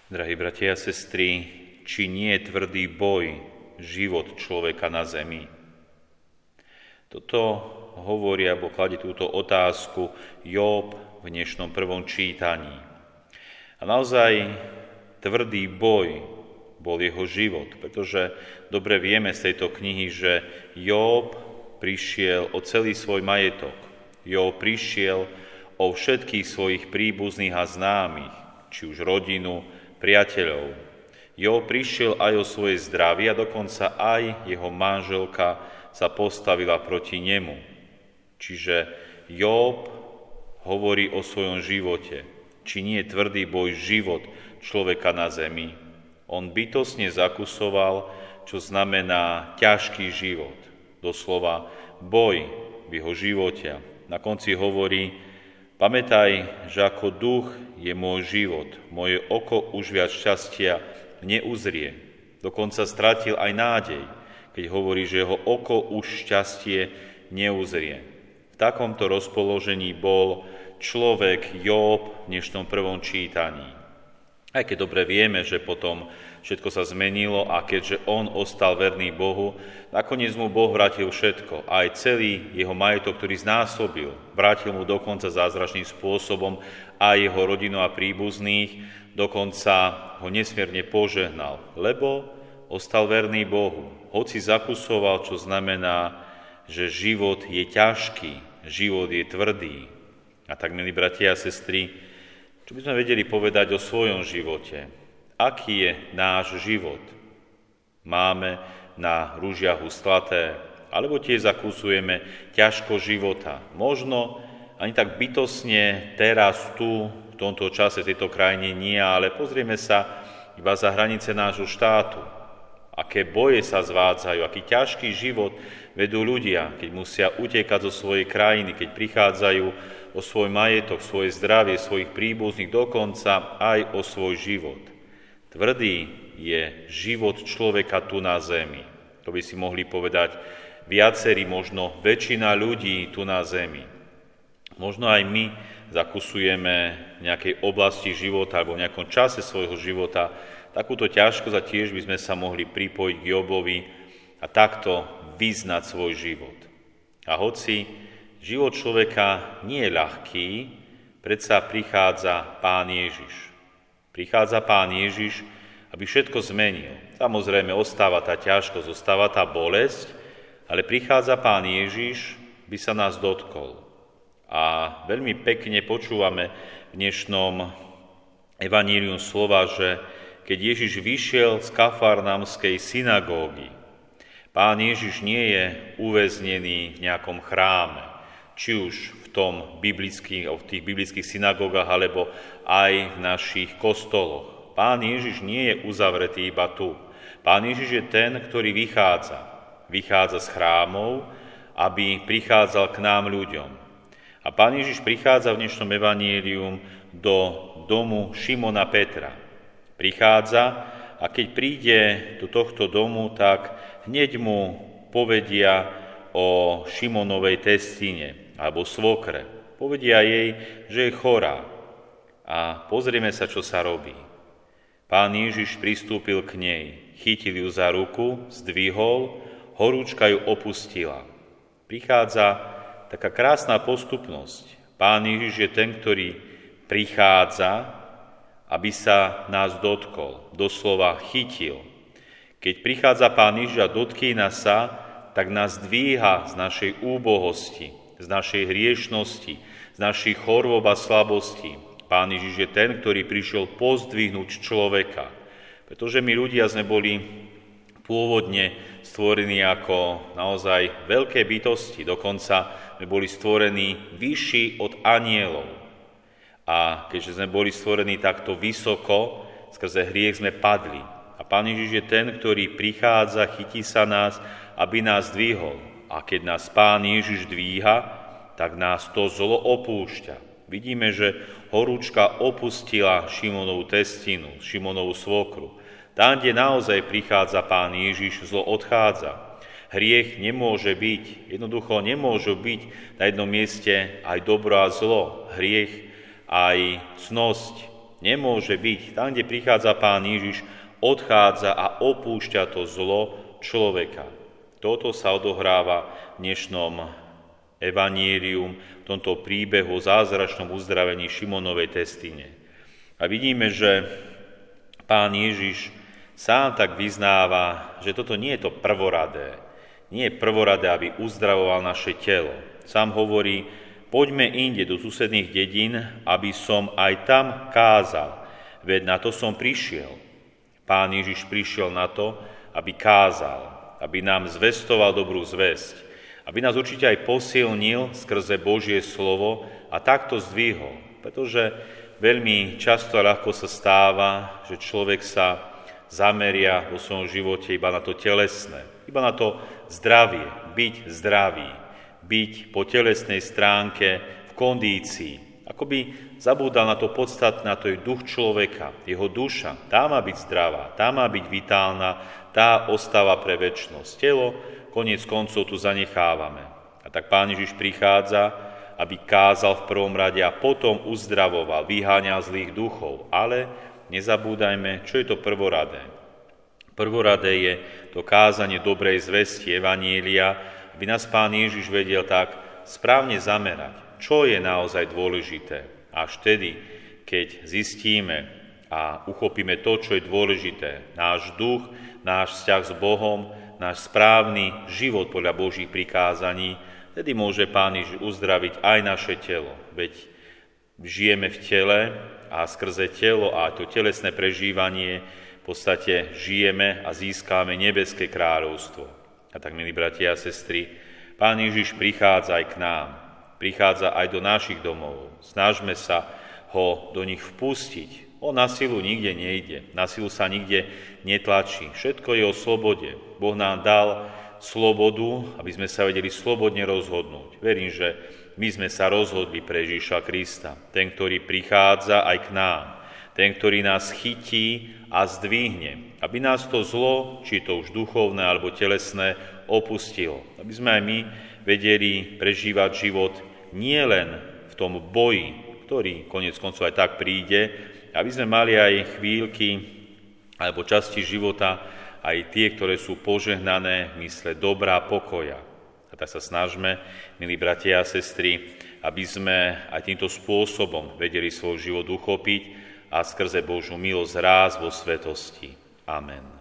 Drahí bratia a sestry, či nie je tvrdý boj život človeka na zemi? Toto hovorí alebo kladie túto otázku Jób v dnešnom prvom čítaní. A naozaj tvrdý boj bol jeho život, pretože dobre vieme z tejto knihy, že Jób prišiel o celý svoj majetok. Jób prišiel o všetkých svojich príbuzných a známych, či už rodinu, priateľov. Jób prišiel aj o svoje zdravie a dokonca aj jeho manželka sa postavila proti nemu. Čiže Jób hovorí o svojom živote. Či nie je tvrdý boj život človeka na zemi? On bytostne zakusoval, čo znamená ťažký život. Doslova boj v jeho živote. Na konci hovorí: pamätaj, že ako duch je môj život, moje oko už viac šťastia neuzrie. Dokonca stratil aj nádej, keď hovorí, že jeho oko už šťastie neuzrie. V takomto rozpoložení bol človek Jób v dnešnom prvom čítaní. Aj keď dobre vieme, že potom všetko sa zmenilo a keďže on ostal verný Bohu, nakoniec mu Boh vrátil všetko, aj celý jeho majetok, ktorý znásobil. Vrátil mu dokonca zázračným spôsobom aj jeho rodinu a príbuzných, dokonca ho nesmierne požehnal, lebo ostal verný Bohu. Hoci zakusoval, čo znamená, že život je ťažký, život je tvrdý. A tak, milí bratia a sestry, čo by sme vedeli povedať o svojom živote? Aký je náš život? Máme na ružiach ustlaté, alebo tiež zakúsujeme ťažko života. Možno ani tak bytostne teraz tu, v tomto čase, v tejto krajine nie, ale pozrieme sa iba za hranice nášho štátu. Aké boje sa zvádzajú, aký ťažký život vedú ľudia, keď musia utekať zo svojej krajiny, keď prichádzajú o svoj majetok, svoje zdravie, svojich príbuzných, dokonca aj o svoj život. Tvrdý je život človeka tu na zemi. To by si mohli povedať viacerí, možno väčšina ľudí tu na zemi. Možno aj my zakusujeme v nejakej oblasti života alebo v nejakom čase svojho života takúto ťažkosť a tiež by sme sa mohli pripojiť k Jobovi a takto vyznať svoj život. A hoci život človeka nie je ľahký, predsa prichádza Pán Ježiš. Prichádza Pán Ježiš, aby všetko zmenil. Samozrejme, ostáva tá ťažkosť, ostáva tá bolesť, ale prichádza Pán Ježiš, by sa nás dotkol. A veľmi pekne počúvame v dnešnom evanílium slova, že keď Ježiš vyšiel z Kafarnaumskej synagógy, Pán Ježiš nie je uväznený v nejakom chráme, či už v tých biblických synagógach, alebo aj v našich kostoloch. Pán Ježiš nie je uzavretý iba tu. Pán Ježiš je ten, ktorý vychádza. Vychádza z chrámov, aby prichádzal k nám ľuďom. A Pán Ježiš prichádza v dnešnom evanílium do domu Šimona Petra. Prichádza a keď príde do tohto domu, tak hneď mu povedia o Šimonovej testine alebo svokre. Povedia jej, že je chorá. A pozrieme sa, čo sa robí. Pán Ježiš pristúpil k nej, chytil ju za ruku, zdvihol, horúčka ju opustila. Prichádza taká krásna postupnosť. Pán Ježiš je ten, ktorý prichádza, aby sa nás dotkol, doslova chytil. Keď prichádza Pán Ježiš a dotkýna sa, tak nás dvíha z našej úbohosti, z našej hriešnosti, z našich chorôb a slabostí. Pán Ježiš je ten, ktorý prišiel pozdvihnúť človeka, pretože my ľudia sme boli pôvodne stvorení ako naozaj veľké bytosti, dokonca sme boli stvorení vyšší od anielov. A keďže sme boli stvorení takto vysoko, skrze hriech sme padli. A Pán Ježiš je ten, ktorý prichádza, chytí sa nás, aby nás dvihol. A keď nás Pán Ježiš dvíha, tak nás to zlo opúšťa. Vidíme, že horúčka opustila Šimonovú testinu, Šimonovú svokru. Tam, kde naozaj prichádza Pán Ježiš, zlo odchádza. Hriech nemôže byť, jednoducho nemôže byť na jednom mieste aj dobro a zlo. Hriech aj cnosť Nemôže byť. Tam, kde prichádza Pán Ježiš, odchádza a opúšťa to zlo človeka. Toto sa odohráva v dnešnom evanílium, v tomto príbehu o zázračnom uzdravení Šimonovej testine. A vidíme, že Pán Ježiš sám tak vyznáva, že toto nie je to prvoradé. Nie je prvoradé, aby uzdravoval naše telo. Sám hovorí, poďme inde do susedných dedín, aby som aj tam kázal. Veď na to som prišiel. Pán Ježiš prišiel na to, aby kázal, aby nám zvestoval dobrú zvesť, aby nás určite aj posilnil skrze Božie slovo a takto zdvihol. Pretože veľmi často a ľahko sa stáva, že človek sa zameria vo svojom živote iba na to telesné, iba na to zdravie, byť zdravý, byť po telesnej stránke v kondícii. Akoby zabúdal na to podstatné, na to je duch človeka, jeho duša. Tá má byť zdravá, tá má byť vitálna, tá ostáva pre večnosť. Telo, koniec koncov, tu zanechávame. A tak Pán Ježiš prichádza, aby kázal v prvom rade a potom uzdravoval, vyháňal zlých duchov. Ale nezabúdajme, čo je to prvoradé. Prvoradé je to kázanie dobrej zvesti evanília, aby nás Pán Ježiš vedel tak správne zamerať, čo je naozaj dôležité. Až vtedy, keď zistíme a uchopíme to, čo je dôležité, náš duch, náš vzťah s Bohom, náš správny život podľa Božích prikázaní, vtedy môže Pán Ježiš uzdraviť aj naše telo. Veď žijeme v tele a skrze telo a to telesné prežívanie v podstate žijeme a získame nebeské kráľovstvo. A tak, milí bratia a sestry, Pán Ježiš prichádza aj k nám. Prichádza aj do našich domov. Snažme sa ho do nich vpustiť. On na silu nikde nejde. Na silu sa nikde netlačí. Všetko je o slobode. Boh nám dal slobodu, aby sme sa vedeli slobodne rozhodnúť. Verím, že my sme sa rozhodli pre Ježiša Krista. Ten, ktorý prichádza aj k nám. Ten, ktorý nás chytí a zdvihne. Aby nás to zlo, či to už duchovné alebo telesné, opustilo. Aby sme aj my vedeli prežívať život nie len v tom boji, ktorý koniec koncov aj tak príde, aby sme mali aj chvíľky alebo časti života, aj tie, ktoré sú požehnané v mysle dobra, pokoja. A tak sa snažme, milí bratia a sestry, aby sme aj týmto spôsobom vedeli svoj život uchopiť a skrze Božiu milosť rásť vo svetosti. Amen.